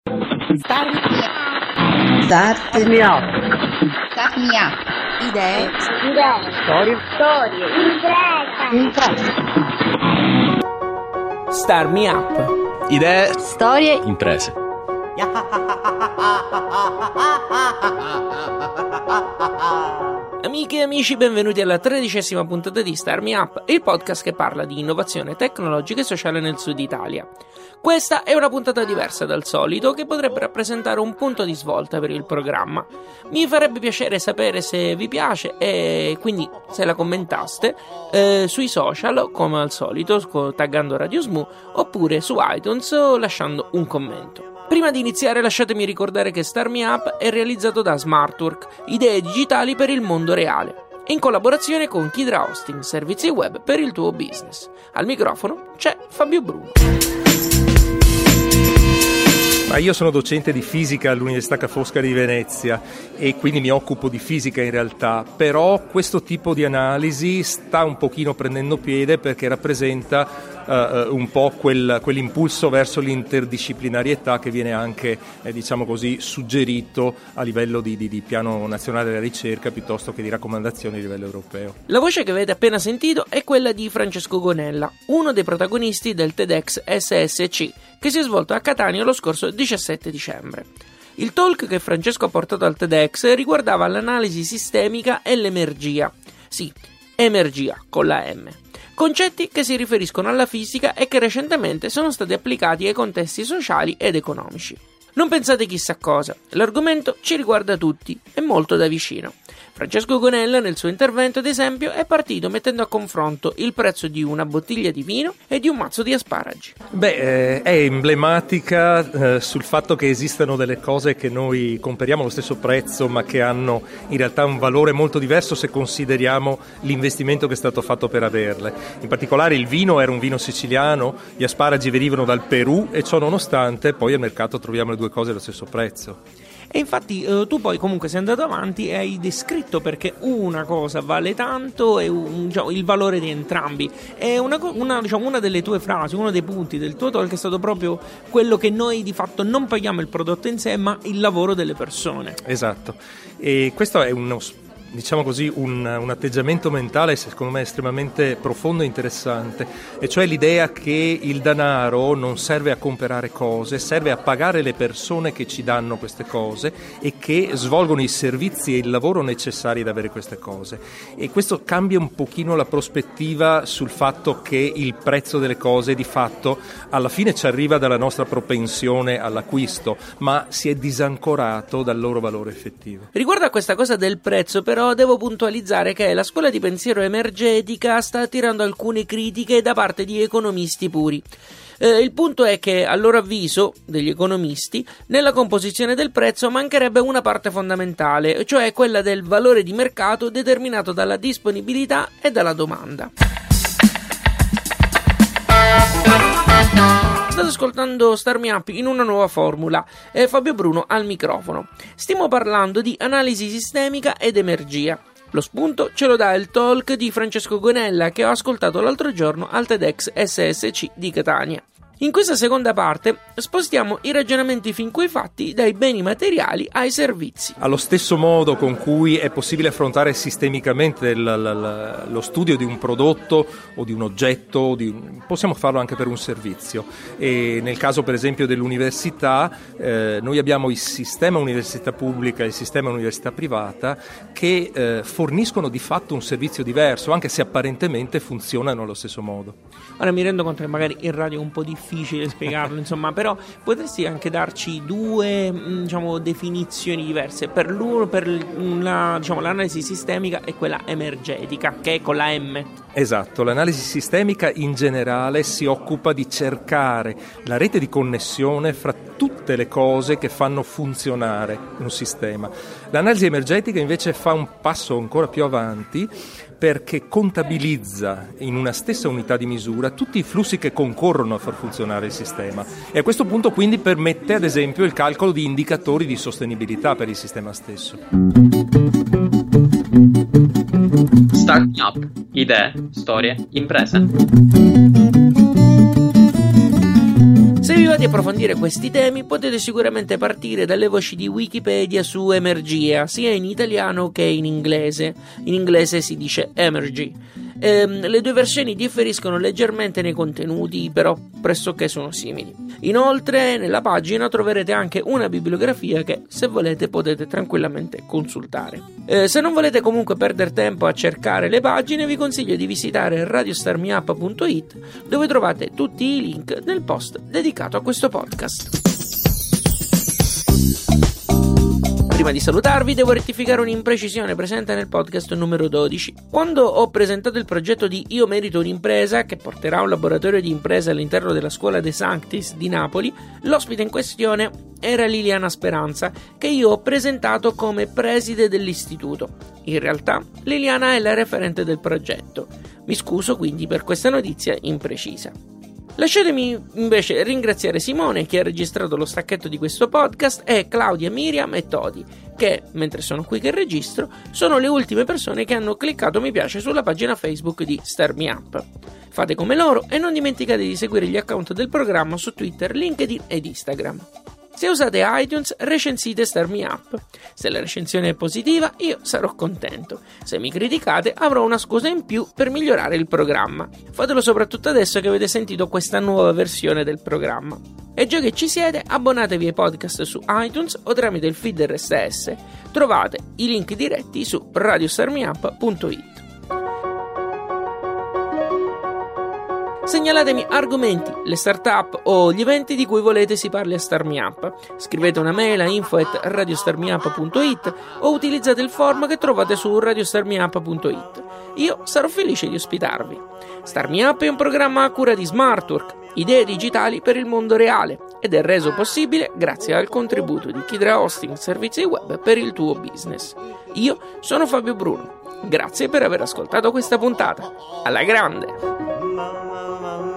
Start me up. Idee. Storie. Imprese. Start me up. Idee. Storie. Imprese. Amiche e amici, benvenuti alla 13ª puntata di Start Me Up, il podcast che parla di innovazione tecnologica e sociale nel sud Italia. Questa è una puntata diversa dal solito che potrebbe rappresentare un punto di svolta per il programma. Mi farebbe piacere sapere se vi piace e quindi se la commentaste sui social come al solito taggando Radio Smu oppure su iTunes o lasciando un commento. Prima di iniziare lasciatemi ricordare che Start Me Up è realizzato da Smartwork, idee digitali per il mondo reale, in collaborazione con Kidra Hosting, servizi web per il tuo business. Al microfono c'è Fabio Bruno. Ma io sono docente di fisica all'Università Ca' Foscari di Venezia e quindi mi occupo di fisica in realtà, però questo tipo di analisi sta un pochino prendendo piede perché rappresenta un po' quell'impulso verso l'interdisciplinarietà che viene anche, diciamo così, suggerito a livello di piano nazionale della ricerca piuttosto che di raccomandazioni a livello europeo. La voce che avete appena sentito è quella di Francesco Gonella, uno dei protagonisti del TEDx SSC, che si è svolto a Catania lo scorso 17 dicembre. Il talk che Francesco ha portato al TEDx riguardava l'analisi sistemica e l'emergia. Sì, emergia con la M. Concetti che si riferiscono alla fisica e che recentemente sono stati applicati ai contesti sociali ed economici. Non pensate chissà cosa, l'argomento ci riguarda tutti e molto da vicino. Francesco Gonella nel suo intervento, ad esempio, è partito mettendo a confronto il prezzo di una bottiglia di vino e di un mazzo di asparagi. È emblematica sul fatto che esistano delle cose che noi comperiamo allo stesso prezzo ma che hanno in realtà un valore molto diverso se consideriamo l'investimento che è stato fatto per averle. In particolare il vino era un vino siciliano, gli asparagi venivano dal Perù e ciò nonostante poi al mercato troviamo le due cose allo stesso prezzo. E infatti tu poi comunque sei andato avanti e hai descritto perché una cosa vale tanto e il valore di entrambi. E una delle tue frasi, uno dei punti del tuo talk è stato proprio quello che noi di fatto non paghiamo il prodotto in sé ma il lavoro delle persone. Esatto, e questo è diciamo così, un atteggiamento mentale secondo me estremamente profondo e interessante, e cioè l'idea che il denaro non serve a comprare cose, serve a pagare le persone che ci danno queste cose e che svolgono i servizi e il lavoro necessari ad avere queste cose. E questo cambia un pochino la prospettiva sul fatto che il prezzo delle cose di fatto alla fine ci arriva dalla nostra propensione all'acquisto, ma si è disancorato dal loro valore effettivo. Riguardo a questa cosa del prezzo, però, devo puntualizzare che la scuola di pensiero emergetica sta attirando alcune critiche da parte di economisti puri. Il punto è che, a loro avviso, degli economisti, nella composizione del prezzo mancherebbe una parte fondamentale, cioè quella del valore di mercato determinato dalla disponibilità e dalla domanda. State ascoltando Start Me Up in una nuova formula, Fabio Bruno al microfono. Stiamo parlando di analisi sistemica ed emergia. Lo spunto ce lo dà il talk di Francesco Gonella che ho ascoltato l'altro giorno al TEDx SSC di Catania. In questa seconda parte spostiamo i ragionamenti fin qui fatti dai beni materiali ai servizi. Allo stesso modo con cui è possibile affrontare sistemicamente lo studio di un prodotto o di un oggetto, possiamo farlo anche per un servizio. E nel caso per esempio dell'università, noi abbiamo il sistema università pubblica e il sistema università privata che forniscono di fatto un servizio diverso, anche se apparentemente funzionano allo stesso modo. Ora mi rendo conto che magari in radio è un po' difficile spiegarlo, insomma, però potresti anche darci due definizioni diverse per l'analisi sistemica e quella emergetica, che è con la M. Esatto, l'analisi sistemica in generale si occupa di cercare la rete di connessione fra tutte le cose che fanno funzionare un sistema. L'analisi emergetica invece fa un passo ancora più avanti perché contabilizza in una stessa unità di misura tutti i flussi che concorrono a far funzionare il sistema e a questo punto quindi permette ad esempio il calcolo di indicatori di sostenibilità per il sistema stesso. Start Me Up. Idee, storie, imprese. Se vi va di approfondire questi temi, potete sicuramente partire dalle voci di Wikipedia su Emergia, sia in italiano che in inglese. In inglese si dice Emergy. Le due versioni differiscono leggermente nei contenuti, però pressoché sono simili. Inoltre, nella pagina troverete anche una bibliografia che, se volete, potete tranquillamente consultare. Se non volete comunque perdere tempo a cercare le pagine, vi consiglio di visitare radiostarmiup.it, dove trovate tutti i link nel post dedicato a questo podcast. Prima di salutarvi devo rettificare un'imprecisione presente nel podcast numero 12. Quando ho presentato il progetto di Io merito un'impresa, che porterà un laboratorio di impresa all'interno della scuola De Sanctis di Napoli, l'ospite in questione era Liliana Speranza, che io ho presentato come preside dell'istituto. In realtà Liliana è la referente del progetto. Mi scuso quindi per questa notizia imprecisa. Lasciatemi invece ringraziare Simone, che ha registrato lo stacchetto di questo podcast, e Claudia, Miriam e Todi, che, mentre sono qui che registro, sono le ultime persone che hanno cliccato mi piace sulla pagina Facebook di Start Me Up. Fate come loro e non dimenticate di seguire gli account del programma su Twitter, LinkedIn ed Instagram. Se usate iTunes, recensite Start Me Up. Se la recensione è positiva, io sarò contento. Se mi criticate, avrò una scusa in più per migliorare il programma. Fatelo soprattutto adesso che avete sentito questa nuova versione del programma. E già che ci siete, abbonatevi ai podcast su iTunes o tramite il feed RSS. Trovate i link diretti su radiostarmiup.it. Segnalatemi argomenti, le startup o gli eventi di cui volete si parli a Start Me Up. Scrivete una mail a info@radiostarmiup.it o utilizzate il form che trovate su radiostarmiup.it. Io sarò felice di ospitarvi. Start Me Up è un programma a cura di Smartwork, idee digitali per il mondo reale, ed è reso possibile grazie al contributo di Kidra Hosting, servizi web per il tuo business. Io sono Fabio Bruno. Grazie per aver ascoltato questa puntata. Alla grande!